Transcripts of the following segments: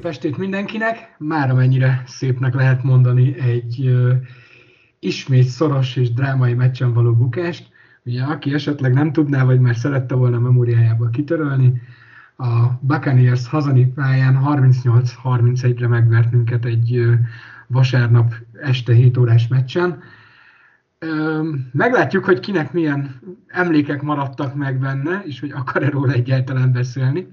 estét mindenkinek! Már amennyire szépnek lehet mondani egy ismét szoros és drámai meccsen való bukást. Ugye aki esetleg nem tudná, vagy már szerette volna a memóriájából kitörölni, a Buccaneers hazai pályán 38-31-re megvert minket egy vasárnap este 7 órás meccsen. Meglátjuk, hogy kinek milyen emlékek maradtak meg benne, és hogy akar-e róla egyáltalán beszélni.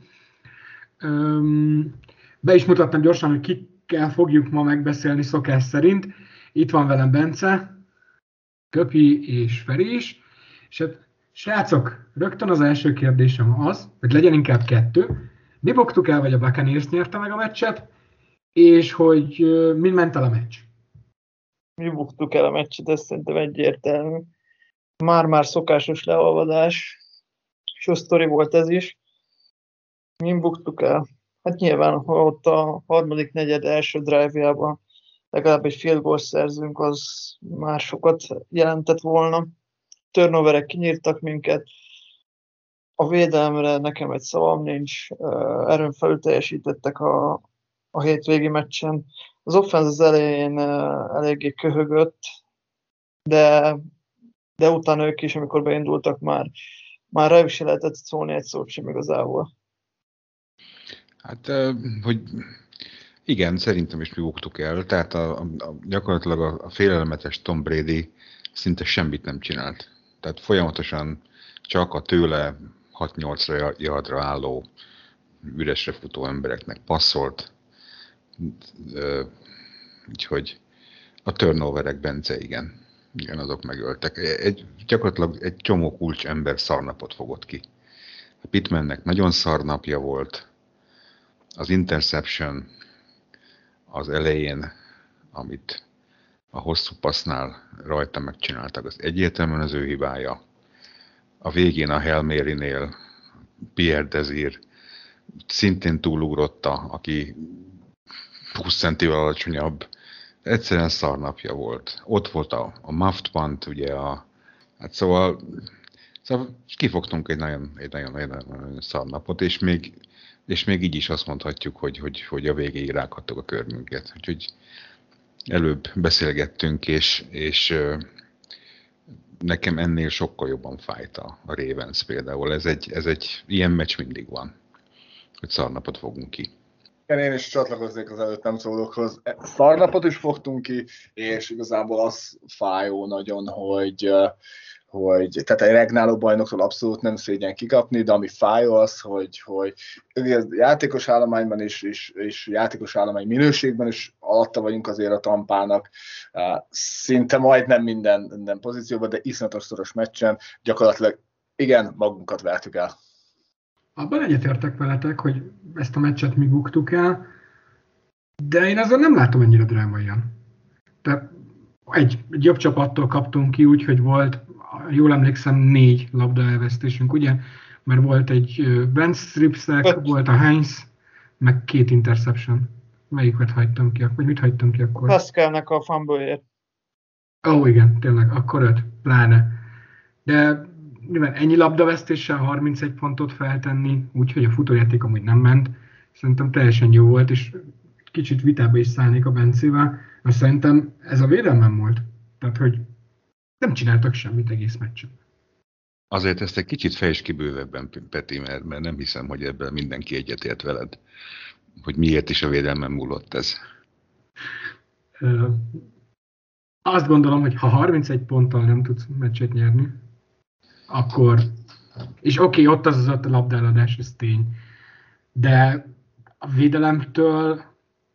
Be is mutattam gyorsan, hogy kikkel fogjuk ma megbeszélni szokás szerint. Itt van velem Bence, Köpi és Feri is. És hát, srácok, rögtön az első kérdésem az, hogy legyen inkább 2. Mi buktuk el, vagy a Buccaneers nyerte meg a meccset, és hogy mind ment el a meccs? Mi buktuk el a meccset, ez szerintem egyértelmű. Már szokásos leolvadás, és sztori volt ez is. Mi buktuk el? Hát nyilván, ha ott a harmadik negyed első drive-jában legalább egy field goal szerzünk, az már sokat jelentett volna. Turnoverek kinyírtak minket. A védelemre nekem egy szavam nincs. Erőn felül teljesítettek a hétvégi meccsen. Az offense az elején eléggé köhögött, de utána ők is, amikor beindultak, már rá is lehetett szólni egy szót sem igazából. Hát, hogy igen, szerintem is mi buktuk el, tehát gyakorlatilag a félelmetes Tom Brady szinte semmit nem csinált. Tehát folyamatosan csak a tőle 6-8 yardra álló üresre futó embereknek passzolt, úgyhogy a turnoverek, Bence, igen, azok megöltek. Gyakorlatilag egy csomó kulcs ember szarnapot fogott ki. A Pittmannek nagyon szarnapja volt, az interception az elején, amit a hosszú passznál rajta megcsináltak, az egyértelműen az ő hibája. A végén a Hail Mary-nél Pierre Desir szintén túlugrotta, aki 20 centivel alacsonyabb. Egyszerűen szarnapja volt. Ott volt a muffed punt, ugye hát szóval kifogtunk egy nagyon szarnapot, és még így is azt mondhatjuk, hogy a végéig rághattuk a körmünket. Úgyhogy előbb beszélgettünk, és nekem ennél sokkal jobban fájt a Ravens például. Ez egy ilyen meccs mindig van, hogy szarnapot fogunk ki. Én is csatlakoznék az előttem szólókhoz. Szarnapot is fogtunk ki, és igazából az fájó nagyon, hogy tehát egy regnáló bajnoktól abszolút nem szégyen kikapni, de ami fájó az, hogy játékos állományban és játékos állomány minőségben is alatta vagyunk azért a Tampának, szinte majdnem minden pozícióban, de iszonyatos szoros meccsen gyakorlatilag igen, magunkat vertük el. Abban egyetértek veletek, hogy ezt a meccset mi buktuk el, de én ezzel nem látom ennyire drámaian. Tehát egy jobb csapattól kaptunk ki úgy, hogy volt, jól emlékszem, 4 labda elvesztésünk, ugye? Mert volt egy bench strip sack, volt a Heinz, meg 2 interception. Melyiket hagytam ki? Vagy mit hagytam ki akkor? Pascalnek a fumble-ért. Ó, igen, tényleg, akkor 5, pláne. De nyilván ennyi labdavesztéssel 31 pontot feltenni, úgyhogy a futójáték amúgy nem ment, szerintem teljesen jó volt, és kicsit vitába is szállnék a Bencével, mert szerintem ez a védelmem volt. Tehát, hogy nem csináltak semmit egész meccsen. Azért ezt egy kicsit fejtsd ki bővebben, Peti, mert nem hiszem, hogy ebben mindenki egyetért veled, hogy miért is a védelmem múlott ez. Azt gondolom, hogy ha 31 ponttal nem tudsz meccset nyerni, akkor, és oké, ott az 5 labdáladás, ez tény, de a védelemtől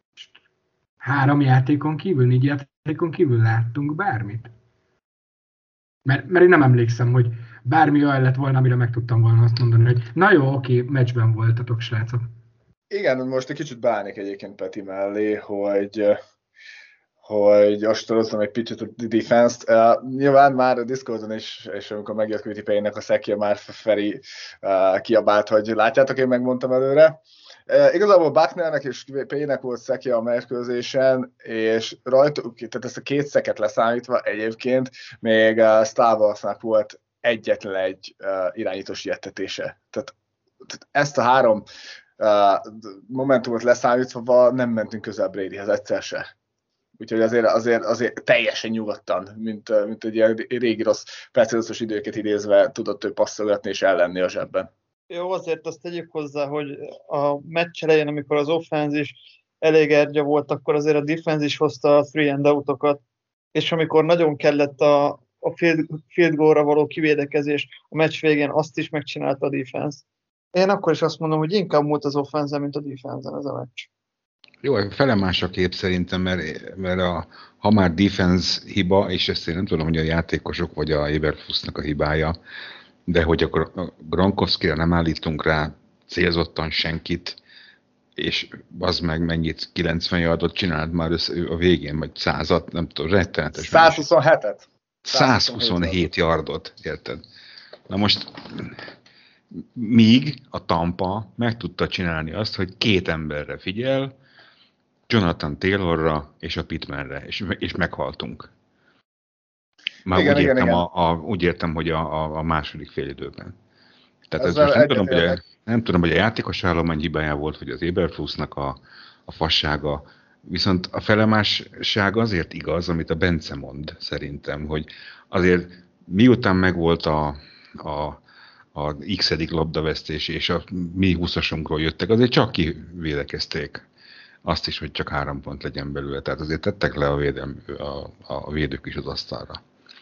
3 játékon kívül, 4 játékon kívül láttunk bármit. Mert én nem emlékszem, hogy bármi olyan lett volna, amire meg tudtam volna azt mondani, hogy na jó, oké, meccsben voltatok, srácok. Igen, most egy kicsit beállnék egyébként Peti mellé, hogy ostorozzam egy picit a defense-t. Nyilván már a Discordon is, és amikor megjött Kvitipének a szekje, már Feri kiabált, hogy látjátok, én megmondtam előre. Igazából Bucknernek és Paynek volt szekje a mérkőzésen, és rajtuk, tehát ezt a 2 szeket leszámítva egyébként még Star Warsnak volt egyetlen egy irányítós jettetése. Tehát ezt a 3 momentumot leszámítva nem mentünk közel Bradyhez egyszer se. Úgyhogy azért teljesen nyugodtan, mint egy ilyen régi rossz precedenszus időket idézve tudott ő passzolgatni és ellenni a zsebben. Jó, azért azt tegyük hozzá, hogy a meccs elején, amikor az offense is elég ergya volt, akkor azért a defense is hozta a 3-and-outokat, és amikor nagyon kellett a field goal-ra való kivédekezés a meccs végén, azt is megcsinálta a defense. Én akkor is azt mondom, hogy inkább múlt az offense, mint a defense-en ez a meccs. Jó, felemás a kép szerintem, mert ha már defense hiba, és ezt én nem tudom, hogy a játékosok vagy a Eberflusnak a hibája, de hogy akkor a Gronkowskira nem állítunk rá célzottan senkit, és az meg mennyit, 90 yardot csinált már a végén, vagy 100-at, nem tudom, rettenetes. 127-et. 127 yardot, érted? Na most míg a Tampa meg tudta csinálni azt, hogy 2 emberre figyel, Jonathan Taylorra és a Pittmanre, és meghaltunk. Már igen, úgy értem, hogy a második félidőben. Tehát ez most nem tudom, hogy a játékos állomány hibája volt, vagy az Eberflusnak a fassága, viszont a felemásság azért igaz, amit a Bence mond szerintem, hogy azért miután megvolt a x-edik labdavesztés, és a mi 20-asunkról jöttek, azért csak kivédekezték azt is, hogy csak 3 pont legyen belőle. Tehát azért tettek le a védők is az asztalra.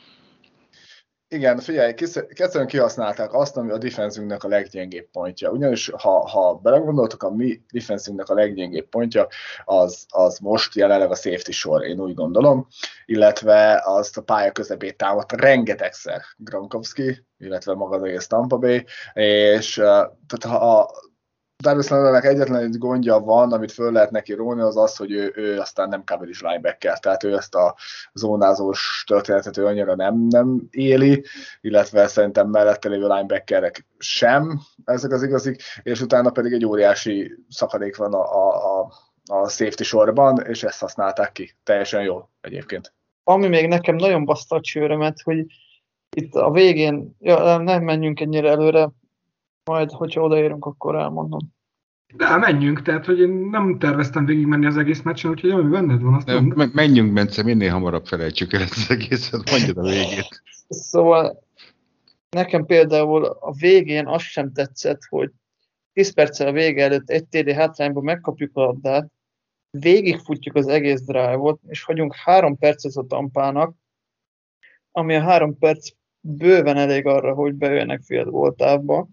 Igen, figyelj, egyszerűen kihasználták azt, ami a defenzünknek a leggyengébb pontja. Ugyanis, ha belegondoltok, a mi defenzünknek a leggyengébb pontja, az most jelenleg a safety sor, én úgy gondolom, illetve azt a pálya közepét támadt rengetegszer Gronkowski, illetve maga az egész Tampa Bay, és tehát ha Darius Leonardnak egyetlen egy gondja van, amit föl lehet neki róni, az az, hogy ő aztán nem coverage linebacker, tehát ő ezt a zónázós történetet ő annyira nem éli, illetve szerintem mellette lévő linebackerek sem, ezek az igazik, és utána pedig egy óriási szakadék van a safety sorban, és ezt használták ki. Teljesen jó egyébként. Ami még nekem nagyon baszta a csőrömet, hogy itt a végén, nem menjünk ennyire előre, majd, hogyha odaérünk, akkor elmondom. De menjünk, tehát, hogy én nem terveztem végigmenni az egész meccsen, úgyhogy ami benned van, azt mondom. Menjünk, Bence, minél hamarabb felejtsük el ezt az egészet, mondjad a végét. Szóval nekem például a végén azt sem tetszett, hogy 10 perccel a vége előtt egy TD hátrányban megkapjuk a labdát, végigfutjuk az egész drive-ot, és hagyunk 3 percet a Tampának, ami a 3 perc bőven elég arra, hogy bejöjjenek field goal távba.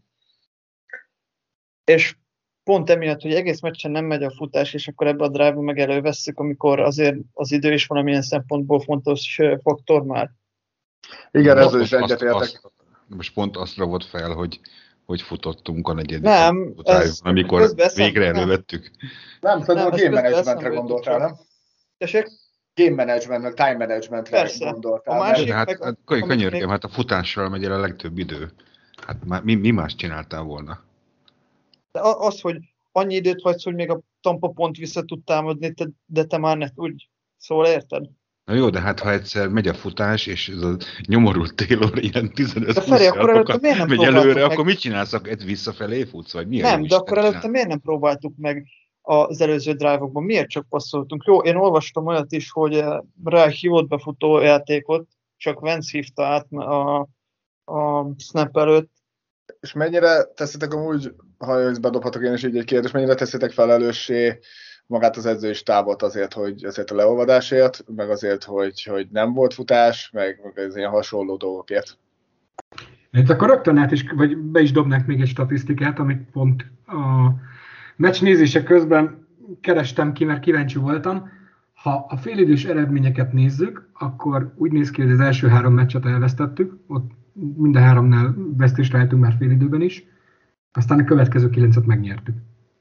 És pont emiatt, hogy egész meccsen nem megy a futás, és akkor ebbe a drive-ba meg elővesszük, amikor azért az idő is valamilyen szempontból fontos faktor már. Igen, ezzel is egyetértek. Most pont azt ravott fel, hogy futottunk a negyedik drive-ban, amikor végre elővettük. Nem, szerintem a game managementre gondoltál, nem? Tessék? Game management, meg time managementre gondoltál. A másik, hát könyörgöm, hát a futással megy el a legtöbb idő. Hát mi más csináltál volna? De az, hogy annyi időt hagysz, hogy még a Tampa pont vissza tud támadni, de te már ne tudj. Szóval érted? Na jó, de hát ha egyszer megy a futás, és ez a nyomorult Taylor ilyen 15-20 megy előre, akkor mit csinálsz? Egy visszafelé futsz? Vagy milyen nem, de akkor előtte miért nem próbáltuk meg az előző drive-okban? Miért csak passzoltunk? Jó, én olvastam olyat is, hogy rá hívott befutó játékot, csak Vance hívta át a snap előtt. És mennyire teszitek amúgy, ha ezt bedobhatok én is így egy kérdés, mennyire teszitek felelőssé magát az edzői stábot azért a leolvadásért, meg azért, hogy nem volt futás, meg az ilyen hasonló dolgokért? Hát akkor rögtön át is, vagy be is dobnák még egy statisztikát, amit pont a meccs nézése közben kerestem ki, mert kíváncsi voltam. Ha a félidős eredményeket nézzük, akkor úgy néz ki, hogy az első 3 meccset elvesztettük, ott mind a 3-nál vesztést álltunk már félidőben is, aztán a következő 9-et megnyertük.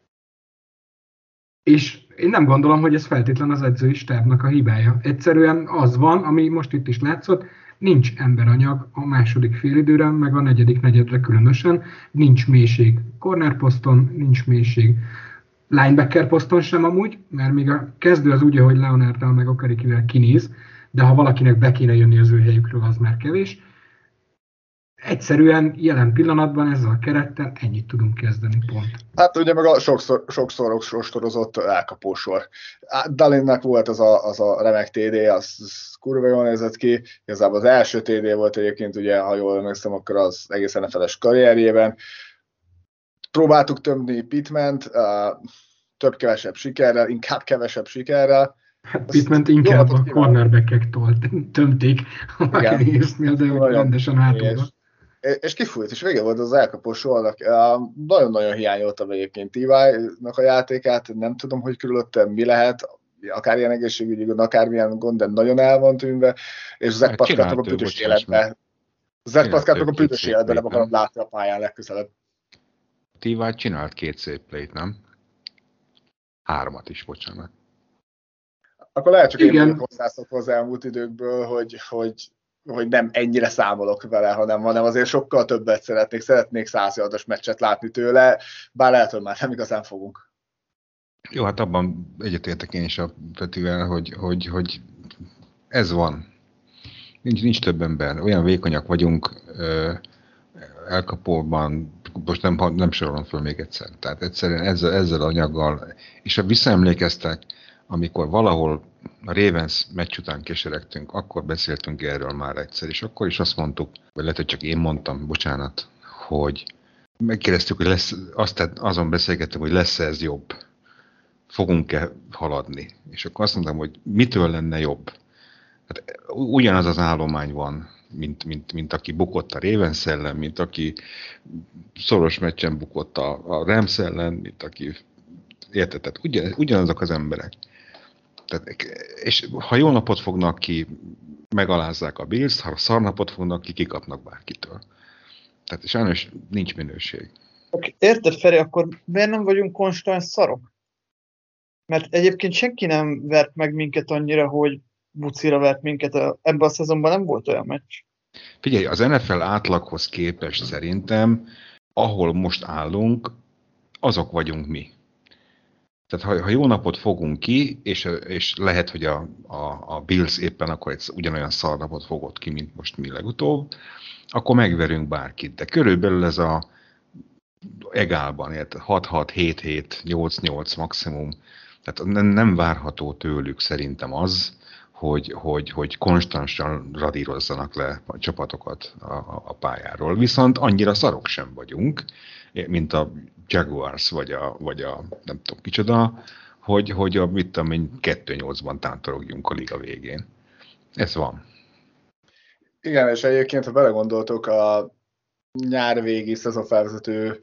És én nem gondolom, hogy ez feltétlen az edzői stábnak a hibája. Egyszerűen az van, ami most itt is látszott, nincs emberanyag a második félidőre, meg a negyedik negyedre különösen, nincs mélység corner poszton, nincs mélység linebacker poszton sem amúgy, mert még a kezdő az úgy, hogy Leonardtal meg Okarikivel kinéz, de ha valakinek be kéne jönni az ő helyükről, az már kevés. egyszerűen jelen pillanatban ezzel a kerettel ennyit tudunk kezdeni, pont. Hát ugye meg a sokszor sorozott elkapósor. Dalinnak volt az a remek TD, az kurva jól nézett ki. Igazából az első TD volt egyébként, ugye, ha jól emlékszem, akkor az egész NFL-es karrierjében. Próbáltuk tömni Pittmant, több-kevesebb sikerrel, inkább kevesebb sikerrel. Hát Pittmant inkább a cornerback-ektől tömték a Buccaneersnél, de úgy rendesen hátulra. És kifújt, és vége volt az elkapó sornak. Nagyon-nagyon hiányoltam egyébként T.Y.-nak a játékát, nem tudom, hogy körülöttem mi lehet, akár ilyen egészségügyi gond, akármilyen gond, de nagyon el van tűnve, és Zach Pascalnak a büdös életben. Zach Pascalnak a büdös életben nem akarom látni a pályán legközelebb. T.Y. csinált 2 szép playt, nem? 3 is, bocsánat. Akkor lehet csak én hozzászokva az elmúlt időkből, hogy nem ennyire számolok vele, hanem azért sokkal többet szeretnék 100 yardos meccset látni tőle, bár lehet, hogy már nem igazán fogunk. Jó, hát abban egyetértek én is a Petivel, hogy ez van. Nincs több ember. Olyan vékonyak vagyunk elkapóban, most nem sorolom föl még egyszer. Tehát egyszerűen ezzel a anyaggal, és ha visszaemlékeztek, amikor valahol a Ravens meccs után keseregtünk, akkor beszéltünk erről már egyszer, és akkor is azt mondtuk, vagy lehet, hogy csak én mondtam, bocsánat, hogy megkérdeztük, hogy azon beszélgettünk, hogy lesz ez jobb, fogunk-e haladni. És akkor azt mondtam, hogy mitől lenne jobb. Hát ugyanaz az állomány van, mint aki bukott a Ravens ellen, mint aki szoros meccsen bukott a Rams ellen, mint aki érted, tehát ugyanazok az emberek. Tehát, és ha jó napot fognak ki, megalázzák a Bills, ha szarnapot fognak ki, kikapnak bárkitől. Tehát sajnos nincs minőség. Érted, Feri, akkor miért nem vagyunk konstans szarok? Mert egyébként senki nem vert meg minket annyira, hogy bucira vert minket. Ebben a szezonban nem volt olyan meccs. Figyelj, az NFL átlaghoz képest szerintem, ahol most állunk, azok vagyunk mi. Tehát ha jó napot fogunk ki, és lehet, hogy a Bills éppen akkor egy ugyanolyan szar napot fogott ki, mint most mi legutóbb, akkor megverünk bárkit. De körülbelül ez a egálban, 6-6, 7-7, 8-8 maximum. Tehát nem várható tőlük szerintem az, hogy konstansan radírozzanak le a csapatokat a pályáról. Viszont annyira szarok sem vagyunk, mint a Jaguars, vagy a nem tudom kicsoda, hogy a 2-8-ban tántorogjunk a liga végén. Ez van. Igen, és egyébként, ha belegondoltok, a nyár végi szezonfelvezető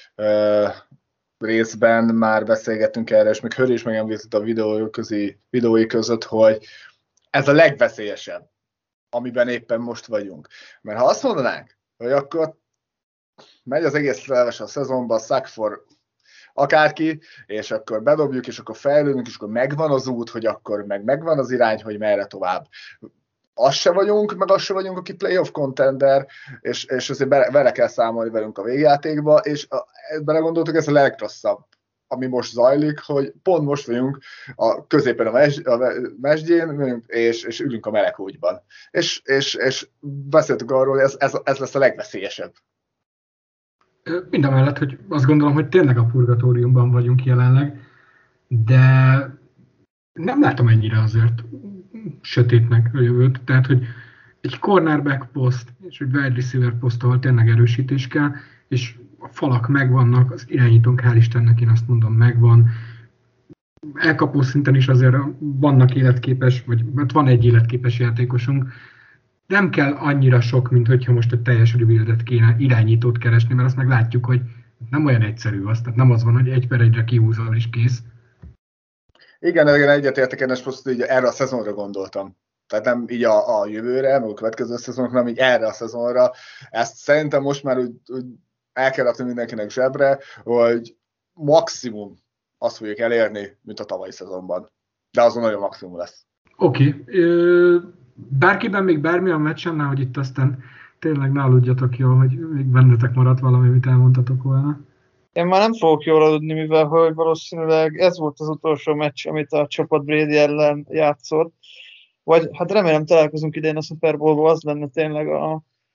részben már beszélgettünk erre, és még Höri is megemlített a videói között, hogy ez a legveszélyesebb, amiben éppen most vagyunk. Mert ha azt mondanánk, hogy akkor megy az egész leves a szezonban, suck for akárki, és akkor bedobjuk, és akkor fejlődünk, és akkor megvan az út, hogy akkor megvan az irány, hogy merre tovább. Az se vagyunk, aki playoff contender, és azért vele kell számolni velünk a végjátékba, és belegondoltuk, ez a legrosszabb, ami most zajlik, hogy pont most vagyunk a középen a mesdjén, és ülünk a meleghúgyban. És beszéltük arról, hogy ez lesz a legveszélyesebb. Mindamellett, hogy azt gondolom, hogy tényleg a purgatóriumban vagyunk jelenleg, de nem látom ennyire azért sötétnek a jövőt. Tehát, hogy egy cornerback poszt és egy wide receiver poszt, ahol tényleg erősítés kell, és a falak megvannak, az irányítónk, hál' Istennek, én azt mondom, megvan. Elkapó szinten is azért vannak életképes, vagy van egy életképes játékosunk. Nem kell annyira sok, mint hogyha most egy teljes rebuildet kéne irányítót keresni, mert azt meg látjuk, hogy nem olyan egyszerű az, tehát nem az van, hogy 1/1-re kihúzol és kész. Igen, egyetértek, én most így erre a szezonra gondoltam. Tehát nem így a jövőre, meg a következő szezonra, hanem így erre a szezonra. Ezt szerintem most már úgy el kell rakni mindenkinek zsebre, hogy maximum azt fogjuk elérni, mint a tavalyi szezonban. De azon nagyon maximum lesz. Oké. Bárkiben még bármilyen meccsen, hogy itt aztán tényleg ne aludjatok jól, hogy még bennetek maradt valami, amit elmondtatok volna. Én már nem fogok jól aludni, mivel hogy valószínűleg ez volt az utolsó meccs, amit a csapat Brady ellen játszott. Vagy hát remélem találkozunk idén a Super Bowl-ban, az lenne tényleg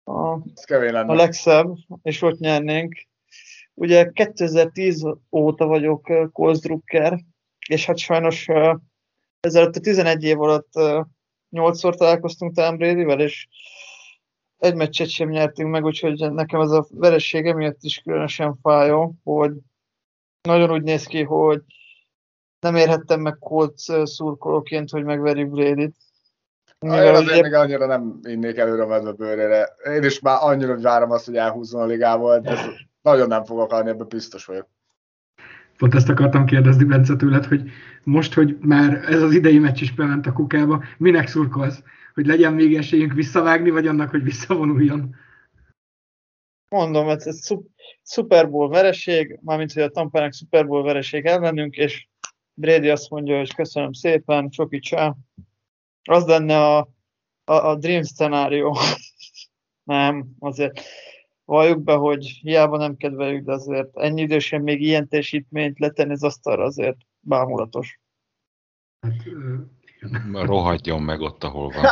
a legszebb, és ott nyernénk. Ugye 2010 óta vagyok Colts-drukker, és hát sajnos ezelőtt a 11 év alatt 8-szor találkoztunk Tom Bradyvel, és egy meccset sem nyertünk meg, úgyhogy nekem ez a vereség emiatt is különösen fájó, hogy nagyon úgy néz ki, hogy nem érhettem meg Colts szurkolóként, hogy megverjük Bradyt. Én azért még annyira nem innék előre a medve bőrére. Én is már annyira várom azt, hogy elhúzzon a ligával, de nagyon nem fogok állni, ebben biztos vagyok. Pont ezt akartam kérdezni, Bence, tőled, hogy most, hogy már ez az idei meccs is bement a kukába, minek szurkolsz? Hogy legyen még esélyünk visszavágni, vagy annak, hogy visszavonuljon? Mondom, ez Super Bowl vereség, mármint, hogy a Tampának Super Bowl vereség ellenünk, és Brady azt mondja, hogy köszönöm szépen, csoki csá. Az lenne a dream szenárió. Nem, azért valljuk be, hogy hiába nem kedveljük, de azért ennyi idősen még ilyen teljesítményt letenni az asztalra azért bámulatos. Hát, rohadjon meg ott, ahol van.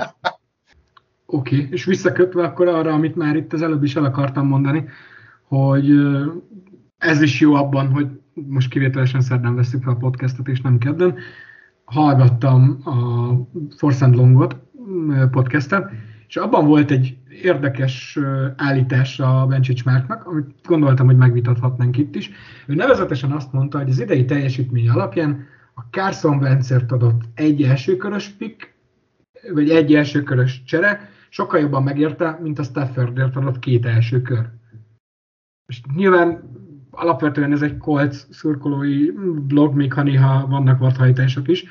Oké, és visszakötve akkor arra, amit már itt az előbb is el akartam mondani, hogy ez is jó abban, hogy most kivételesen szerdán veszük fel a podcastot, és nem kedden. Hallgattam a Force and Longot podcastet, és abban volt egy érdekes állítás a Bencsics Márknak, amit gondoltam, hogy megvitathatnánk itt is. Ő nevezetesen azt mondta, hogy az idei teljesítmény alapján a Carson Wentzért adott egy elsőkörös pick, vagy egy elsőkörös csere sokkal jobban megérte, mint a Staffordért adott 2 első kör. És nyilván alapvetően ez egy Colts szurkolói blog, még ha néha vannak vadhajtások is,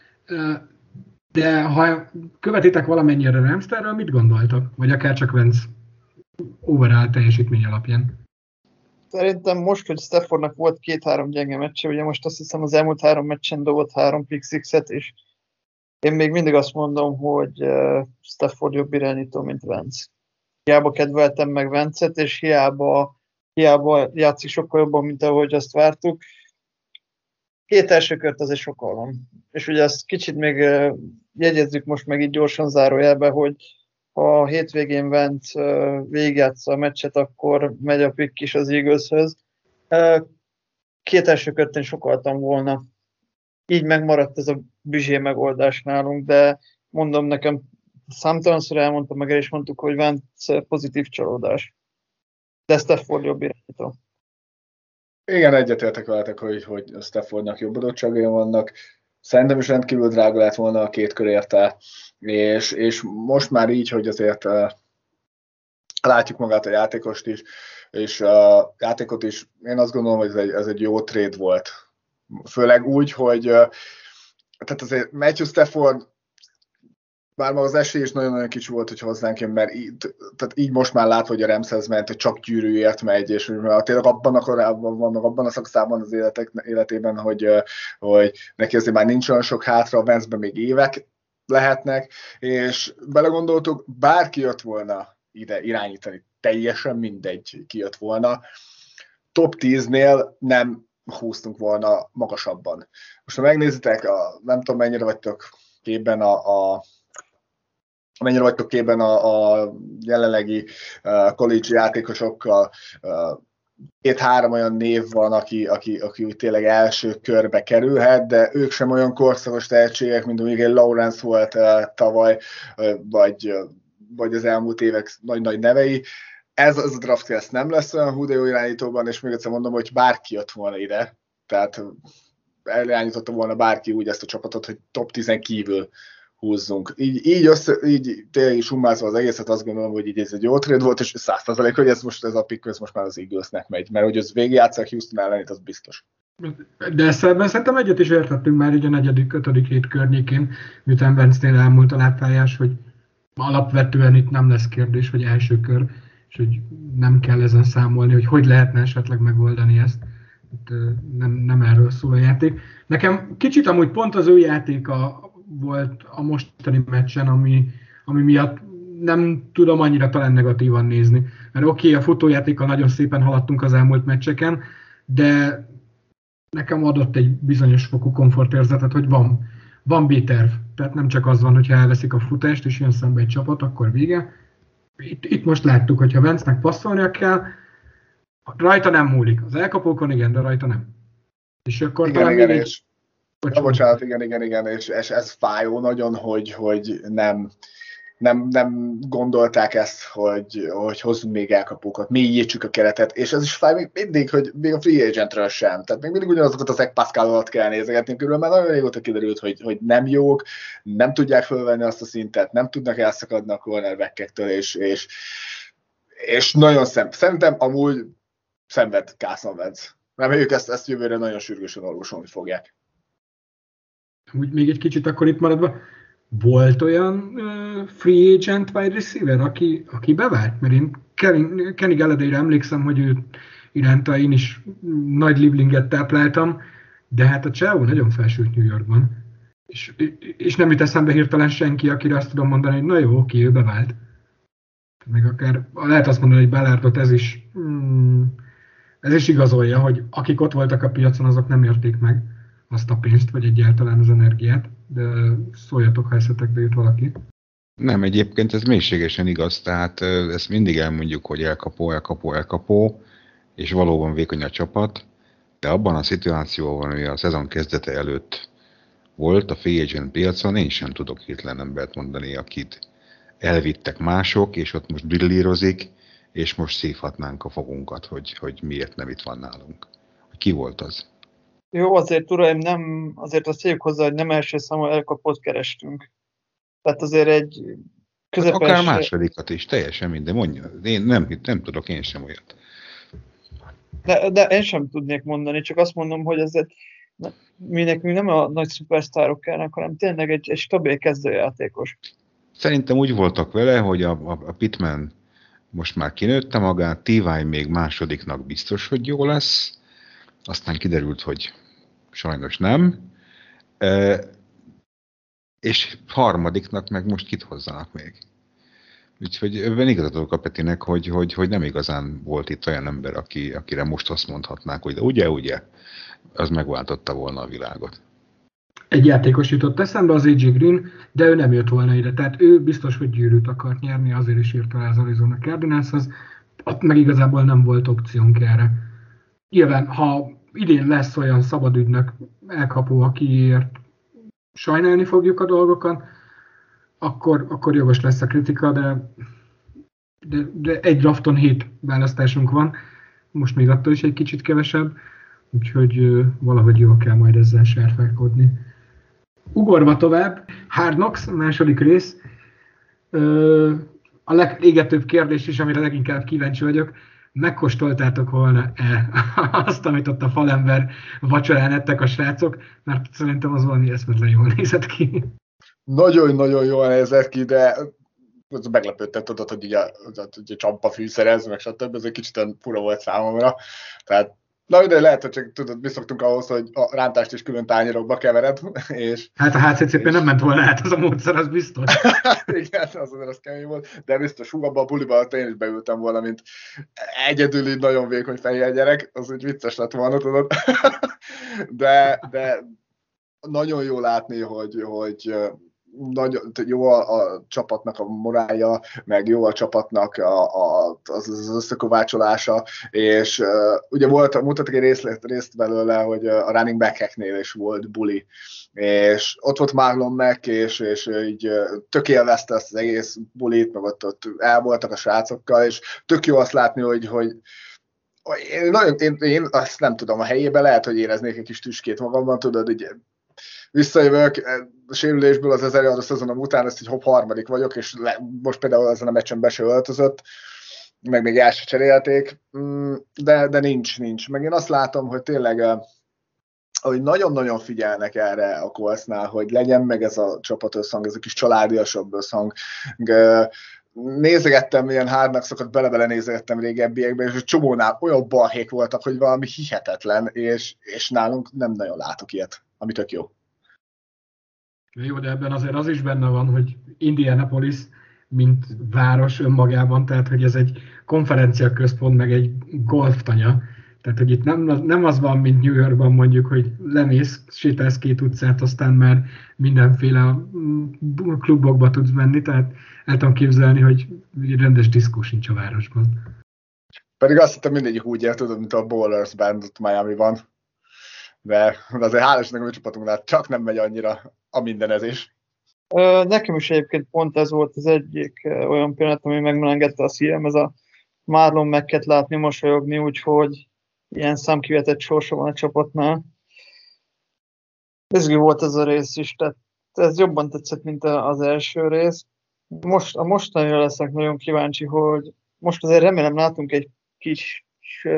de ha követitek valamennyire Ramsterről, mit gondoltak? Vagy akár csak Wentz overall teljesítmény alapján? Szerintem most, hogy Staffordnak volt 2-3 gyenge meccse, ugye most azt hiszem az elmúlt 3 meccsen dobott 3 pick sixet, és én még mindig azt mondom, hogy Stafford jobb irányító, mint Wentz. Hiába kedveltem meg Wentzet, és hiába játszik sokkal jobban, mint ahogy azt vártuk. 2 első kört azért sokkal van. És ugye ezt kicsit még jegyezzük most meg így gyorsan zárójelbe, hogy ha a hétvégén Wentz végigjátsza a meccset, akkor megy a pick is az Eagleshöz. 2 első kört én sokaltam volna. Így megmaradt ez a büzsé megoldás nálunk, de mondom nekem, számtalanszor elmondtam meg, és mondtuk, hogy Wentz pozitív csalódás. De Stafford jobb irányító. Igen, egyetértek veletek, hogy a Staffordnak jobb adottságai vannak. Szerintem is rendkívül drága lett volna a 2 kör érte, és most már így, hogy azért látjuk magát a játékost is, és a játékot is, én azt gondolom, hogy ez egy jó trade volt. Főleg úgy, hogy tehát azért Matthew Stafford, bár maga az esély is nagyon-nagyon kicsi volt, hogy hozzánk jön, mert így most már látva, hogy a Ramshez ment, hogy csak gyűrűért megy, és tényleg abban a korában van, meg abban a szakaszában az életében, hogy neki azért már nincs olyan sok hátra, a Wentzben még évek lehetnek, és belegondoltuk, bárki jött volna ide irányítani, teljesen mindegy, ki jött volna, top 10-nél nem húztunk volna magasabban. Most ha megnézitek, nem tudom mennyire vagytok képben a jelenlegi college játékosokkal, 2-3 olyan név van, aki úgy tényleg első körbe kerülhet, de ők sem olyan korszakos tehetségek, mint Miguel Lawrence volt tavaly, vagy az elmúlt évek nagy nevei. Ez a draft class nem lesz olyan hú de jó irányítóban, és még egyszer mondom, hogy bárki jött volna ide, tehát elirányította volna bárki úgy ezt a csapatot, hogy top 10 kívül húzzunk. Így tényleg summázva az egészet, azt gondolom, hogy így ez egy jó trade volt, és 100%, hogy ez a pick most már az Eaglesnek megy, mert hogy az végigjátszák Houston ellenét, az biztos. De ebben szerintem egyet is értettünk már így a 4.-5. hét környékén, miután Wentznél elmúlt a lábfájás, hogy alapvetően itt nem lesz kérdés, hogy első kör, és hogy nem kell ezen számolni, hogy lehetne esetleg megoldani ezt. Nem erről szól a játék. Nekem kicsit amúgy pont az ő játéka volt a mostani meccsen, ami miatt nem tudom annyira talán negatívan nézni. Mert oké, a futójátékkal nagyon szépen haladtunk az elmúlt meccseken, de nekem adott egy bizonyos fokú komfortérzetet, hogy van B-terv. Tehát nem csak az van, hogyha elveszik a futást, és jön szembe egy csapat, akkor vége, Itt most láttuk, hogyha Vance-nek passzolnia kell, rajta nem múlik. Az elkapókon igen, de rajta nem. És akkor igen, talán igen, még és bocsánat, igen, és ez fájó nagyon, hogy nem gondolták ezt, hogy hozzunk még elkapókat, mélyítsük a keretet, és ez is fáj még mindig, hogy még a free agentről sem. Tehát még mindig ugyanazokat az Zach Pascal alatt kell nézegetni, különben nagyon régóta kiderült, hogy nem jók, nem tudják fölvenni azt a szintet, nem tudnak elszakadni a cornerbackektől, és nagyon szerintem amúgy szenved Carson Wentz. Reméljük ezt jövőre nagyon sürgősen orvosolni fogják. Úgy még egy kicsit akkor itt maradva, volt olyan free agent wide receiver, aki bevált? Mert én Kenny Galladay-re emlékszem, hogy ő iránta én is nagy liblinget tápláltam, de hát a csávó nagyon felsült New Yorkban. És nem jut eszembe hirtelen senki, akire azt tudom mondani, hogy na jó, oké, ő bevált. Még akár lehet azt mondani, hogy Ballardot ez is igazolja, hogy akik ott voltak a piacon, azok nem érték meg azt a pénzt, vagy egyáltalán az energiát, de szóljatok, ha eszetekbe jut valaki. Nem, egyébként ez mélységesen igaz, tehát ezt mindig elmondjuk, hogy elkapó, és valóban vékony a csapat, de abban a szituációban, ami a szezon kezdete előtt volt a free agent piacon, én sem tudok hirtelen embert mondani, akit elvittek mások, és ott most brillírozik, és most szívhatnánk a fogunkat, hogy miért nem itt van nálunk. Ki volt az? Jó, azért uraim, azért azt tegyük hozzá, hogy nem első számú elkapót kerestünk. Tehát azért egy közepes... Akár másodikat is, teljesen minden, mondja. Én nem tudok én sem olyat. De én sem tudnék mondani, csak azt mondom, hogy azért mi nekünk nem a nagy szupersztárok kellnek, hanem tényleg egy stabil kezdőjátékos. Szerintem úgy voltak vele, hogy a Pittman most már kinőtte magát, T.Y. még másodiknak biztos, hogy jó lesz, aztán kiderült, hogy sajnos nem, és harmadiknak meg most kit hozzanak még. Úgyhogy ebben igazatok a Petinek, hogy nem igazán volt itt olyan ember, akire most azt mondhatnák, hogy de ugye, az megváltotta volna a világot. Egy játékos jutott eszembe, az AJ Green, de ő nem jött volna ide. Tehát ő biztos, hogy gyűrűt akart nyerni, azért is írt alá az Arizona Cardinalshoz. Ott meg igazából nem volt opciónk erre. Nyilván, ha idén lesz olyan szabadügynök elkapó, akiért sajnálni fogjuk a dolgokat, akkor jogos lesz a kritika, de egy drafton 7 választásunk van, most még attól is egy kicsit kevesebb, úgyhogy valahogy jól kell majd ezzel sárfálkodni. Ugorva tovább, Hard Knocks, második rész. A legégetőbb kérdés is, amire leginkább kíváncsi vagyok, megkóstoltátok volna-e azt, amit ott a falember vacsorán ettek a srácok, mert szerintem az valami eszmetlen jól nézett ki. Nagyon-nagyon jól nézett ki, de meglepődtem, tudod, hogy így a csampa fűszerez, meg stb. Ez egy kicsit fura volt számomra. Tehát, na de lehet, hogy csak tudod, mi szoktunk ahhoz, hogy a rántást is külön tányérokba kevered. És, hát a HCCP nem ment volna át az a módszer, az biztos. Igen, az kemény volt, de biztos abban a buliban én is beültem volna, mint egyedüli nagyon vékony fehér gyerek, az úgy vicces lett volna, tudod. de nagyon jó látni, hogy nagyon jó a csapatnak a morálja, meg jó a csapatnak az összekovácsolása, és ugye mutattak egy részt belőle, hogy a running back-eknél is volt buli, és ott volt Marlon Mack, és így tök élvezte ezt az egész bulit, meg ott el voltak a srácokkal, és tök jó azt látni, hogy én azt nem tudom, a helyében lehet, hogy éreznék egy kis tüskét magamban, tudod, hogy visszajövök a sérülésből az 1000 yard szezonom után, ezt így hopp harmadik vagyok, és most például ezen a meccsen be se öltözött, meg még el se cserélték, de nincs. Meg én azt látom, hogy tényleg hogy nagyon-nagyon figyelnek erre a Coltsnál, hogy legyen meg ez a csapatösszhang, ez a kis családiasabb összhang. Nézegettem ilyen Hard Knocks-okat, bele nézegettem régebbiekben, és a csomónál olyan balhék voltak, hogy valami hihetetlen, és nálunk nem nagyon látok ilyet, ami tök jó. Jó, de ebben azért az is benne van, hogy Indianapolis, mint város önmagában, tehát hogy ez egy konferenciaközpont, meg egy golftanya. Tehát, hogy itt nem az van, mint New Yorkban mondjuk, hogy lemész, sétálsz 2 utcát, aztán már mindenféle klubokba tudsz menni, tehát el tudom képzelni, hogy rendes diszkó sincs a városban. Pedig azt hittem mindegyik úgy ér, tudod, mint a Ballers Band ott Miami-ban. De azért hálás nekem a csapatunknál csak nem megy annyira a mindenezés. Nekem is egyébként pont ez volt az egyik olyan pillanat, ami megmelengedte a szívem, ez a Marlon Macket látni, mosolyogni, úgyhogy ilyen számkivetett sorsa van a csapatnál. Izgi volt ez a rész is, tehát ez jobban tetszett, mint az első rész. A mostanira leszek nagyon kíváncsi, hogy most azért remélem látunk egy kis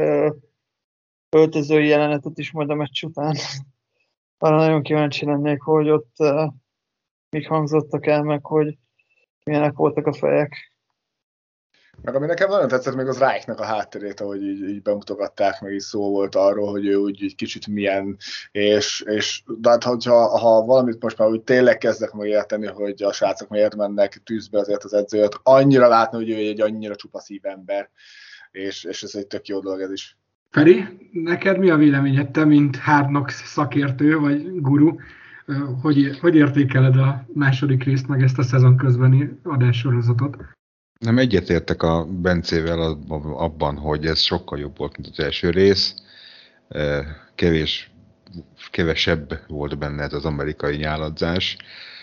öltözői jelenetet is majd a meccs után. Arra nagyon kíváncsi lennék, hogy ott mik hangzottak el, meg hogy milyenek voltak a fejek. Meg ami nekem nagyon tetszett még az Reichnek a hátterét, ahogy így bemutogatták, meg is szó volt arról, hogy ő úgy egy kicsit milyen, és de hát, ha valamit most már úgy tényleg kezdek megérteni, hogy a srácok miért mennek tűzbe azért az edzőt, annyira látni, hogy ő egy annyira csupa szívember, és ez egy tök jó dolog ez is. Feri, neked mi a véleményed, te, mint Hard Knocks szakértő vagy guru, hogy értékeled a második részt, meg ezt a szezon közbeni adássorozatot? Nem egyetértek a Bencével abban, hogy ez sokkal jobb volt, mint az első rész. Kevesebb volt benne ez az amerikai nyáladzás.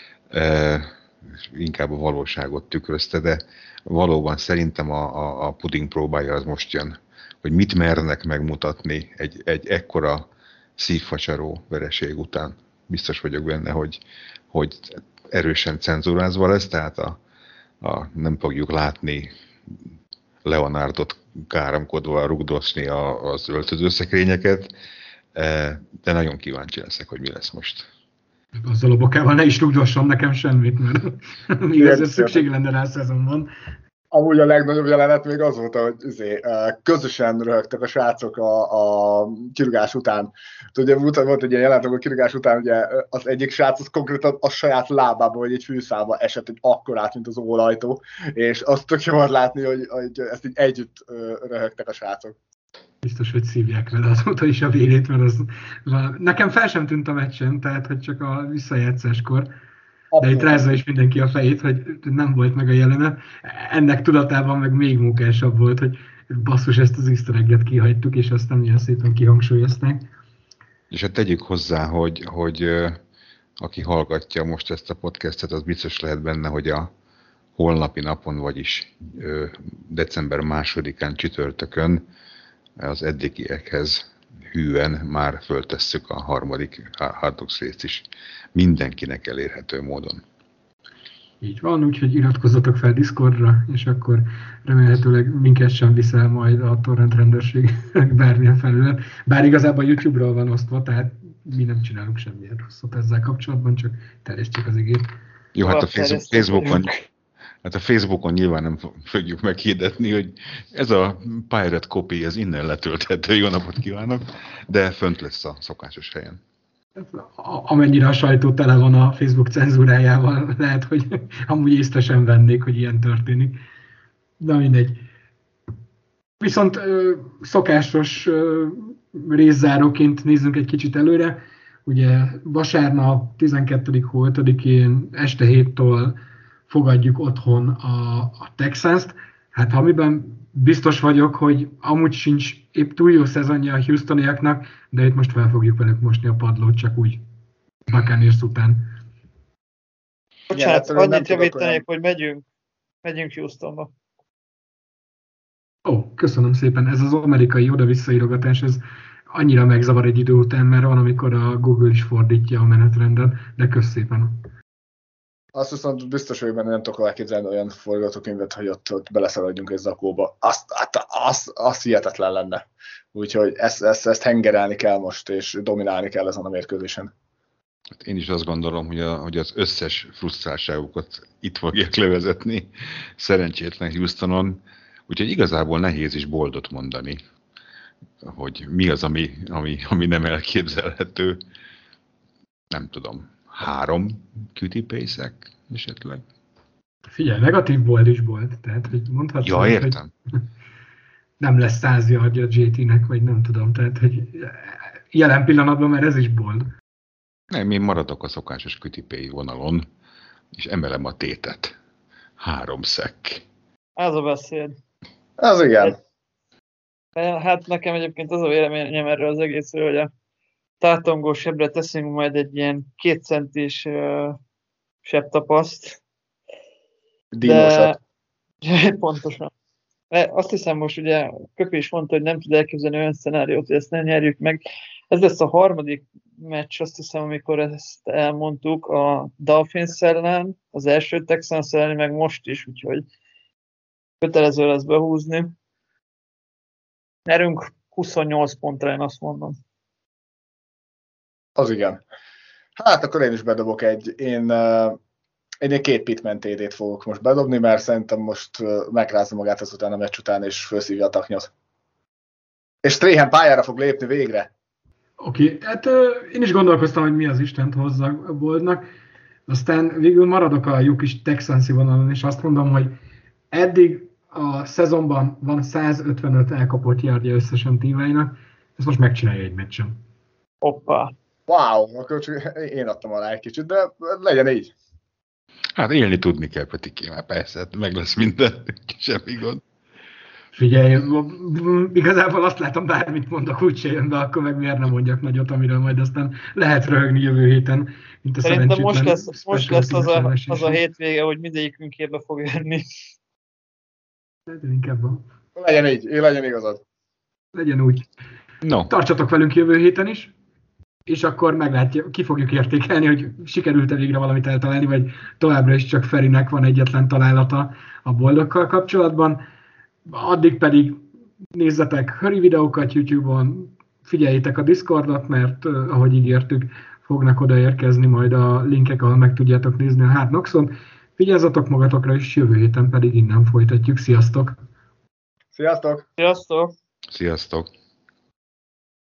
Inkább a valóságot tükrözte, de valóban szerintem a puding próbája az most jön, hogy mit mernek megmutatni egy ekkora szívfacsaró vereség után. Biztos vagyok benne, hogy erősen cenzúrázva lesz, tehát nem fogjuk látni Leonardot káromkodva rugdosni az öltözőszekrényeket, de nagyon kíváncsi leszek, hogy mi lesz most. Azzal a bokával ne is rugdosson nekem semmit, mert még ezzel szükség lenne rá a szezonban. Amúgy a legnagyobb jelenet még az volt, hogy közösen röhögtek a srácok a kirúgás után. Ugye volt egy ilyen jelenet, a kirúgás után ugye az egyik srác az konkrétan a saját lábába vagy egy fűszálba esett egy akkorát, mint az ólajtó, és azt tök jó látni, hogy ezt így együtt röhögtek a srácok. Biztos, hogy szívják vele azóta is a végét, mert az nekem fel sem tűnt a meccsen, tehát hogy csak a visszajátszáskor. De itt rázza is mindenki a fejét, hogy nem volt meg a jelenet. Ennek tudatában meg még munkásabb volt, hogy basszus, ezt az easter egget kihagytuk, és aztán milyen szépen kihangsúlyozták. És hát tegyük hozzá, hogy aki hallgatja most ezt a podcastet, az biztos lehet benne, hogy a holnapi napon, vagyis december 2-án csütörtökön az eddigiekhez hűen már föltesszük a harmadik Hard Knocks részt is mindenkinek elérhető módon. Így van, úgyhogy iratkozzatok fel Discordra, és akkor remélhetőleg minket sem viszel majd a torrent rendőrség bármilyen felület. Bár igazából YouTube-ról van osztva, tehát mi nem csinálunk semmilyen rosszat ezzel kapcsolatban, csak terjesztjük az igét. Jó, hát a Facebookon nyilván nem fogjuk meghirdetni, hogy ez a Pirate Copy, ez innen letölthető, jó napot kívánok, de fönt lesz a szokásos helyen. Amennyire a sajtó tele van a Facebook cenzúrájával, lehet, hogy amúgy észre sem vennék, hogy ilyen történik. De mindegy. Viszont szokásos részzáróként nézzünk egy kicsit előre. Ugye vasárnap 12.-5-én este 7-től fogadjuk otthon a Texans-t. Hát amiben biztos vagyok, hogy amúgy sincs épp túl jó szezonja a Houstoniaknak, de itt most fel fogjuk velük mosni a padlót, csak úgy Buccaneers után. Bocsánat, annyit javítanék, hogy megyünk Houstonba. Ó, köszönöm szépen. Ez az amerikai oda-vissza írogatás, ez annyira megzavar egy idő után, mert van, amikor a Google is fordítja a menetrendet, de kösz szépen. Azt viszont biztos, hogy benne nem tudok elképzelni olyan forgatókönyvet, hogy ott beleszaladjunk egy zakóba. Az hihetetlen lenne. Úgyhogy ezt hengerelni kell most, és dominálni kell ezen a mérkőzésen. Én is azt gondolom, hogy az összes frusztráltságukat itt fogják levezetni szerencsétlen Houstonon. Úgyhogy igazából nehéz is boldot mondani, hogy mi az, ami nem elképzelhető. Nem tudom. 3 cutie pace-ek esetleg? Figyelj, negatív bold is volt, tehát hogy mondhatsz. Ja, értem. nem lesz 100 yardja JT-nek, vagy nem tudom, tehát hogy jelen pillanatban már ez is bold. Nem, én maradok a szokásos QTPI vonalon, és emelem a tétet. 3 szek. Ez a beszéd. Az igen. Hát nekem egyébként az a véleményem erről az egészről, hogy a tátongó sebre teszünk majd egy ilyen 2 centis sebtapaszt. Dínosat. Pontosan. De azt hiszem most ugye Köpi is mondta, hogy nem tud elképzelni olyan szenáriót, hogy ezt nem nyerjük meg. Ez lesz a harmadik meccs, azt hiszem, amikor ezt elmondtuk a Dolphins ellen, az első Texans ellen, meg most is, úgyhogy kötelező lesz behúzni. Nyerünk 28 pontra, én azt mondom. Az igen. Hát akkor én is bedobok én egy 2 Pittman TD-t fogok most bedobni, mert szerintem most megrázza magát azután a meccs után, és felszívja a taknyot. És Strahan pályára fog lépni végre. Oké, hát én is gondolkoztam, hogy mi az Istent hozza a boldnak. Aztán végül maradok a Jukis Texansi vonalon, és azt mondom, hogy eddig a szezonban van 155 elkapott yardja összesen T.Y.-nak, ezt most megcsinálja egy meccsen. Hoppá. Wow, akkor csak én adtam alá egy kicsit, de legyen így. Hát élni tudni kell, Petiki, már persze, meg lesz minden, semmi gond. Figyelj, igazából azt látom, bármit mondok, úgyse jön be, akkor meg miért nem mondjak nagyot, amiről majd aztán lehet röhögni jövő héten, mint a Szerintem szerencsétlen most lesz az a hétvége, hogy mindegyikünkébe fog jönni. De inkább Legyen így, legyen igazad. legyen úgy. No. Tartsatok velünk jövő héten is, és akkor meglátjuk, ki fogjuk értékelni, hogy sikerült-e végre valamit eltalálni, vagy továbbra is csak Ferinek van egyetlen találata a boldokkal kapcsolatban. Addig pedig nézzetek Höri videókat YouTube-on, figyeljétek a Discordot, mert ahogy ígértük, fognak odaérkezni majd a linkek, ahol meg tudjátok nézni a Hard Knocks-on. Vigyázzatok magatokra, és jövő héten pedig innen folytatjuk. Sziasztok! Sziasztok! Sziasztok! Sziasztok!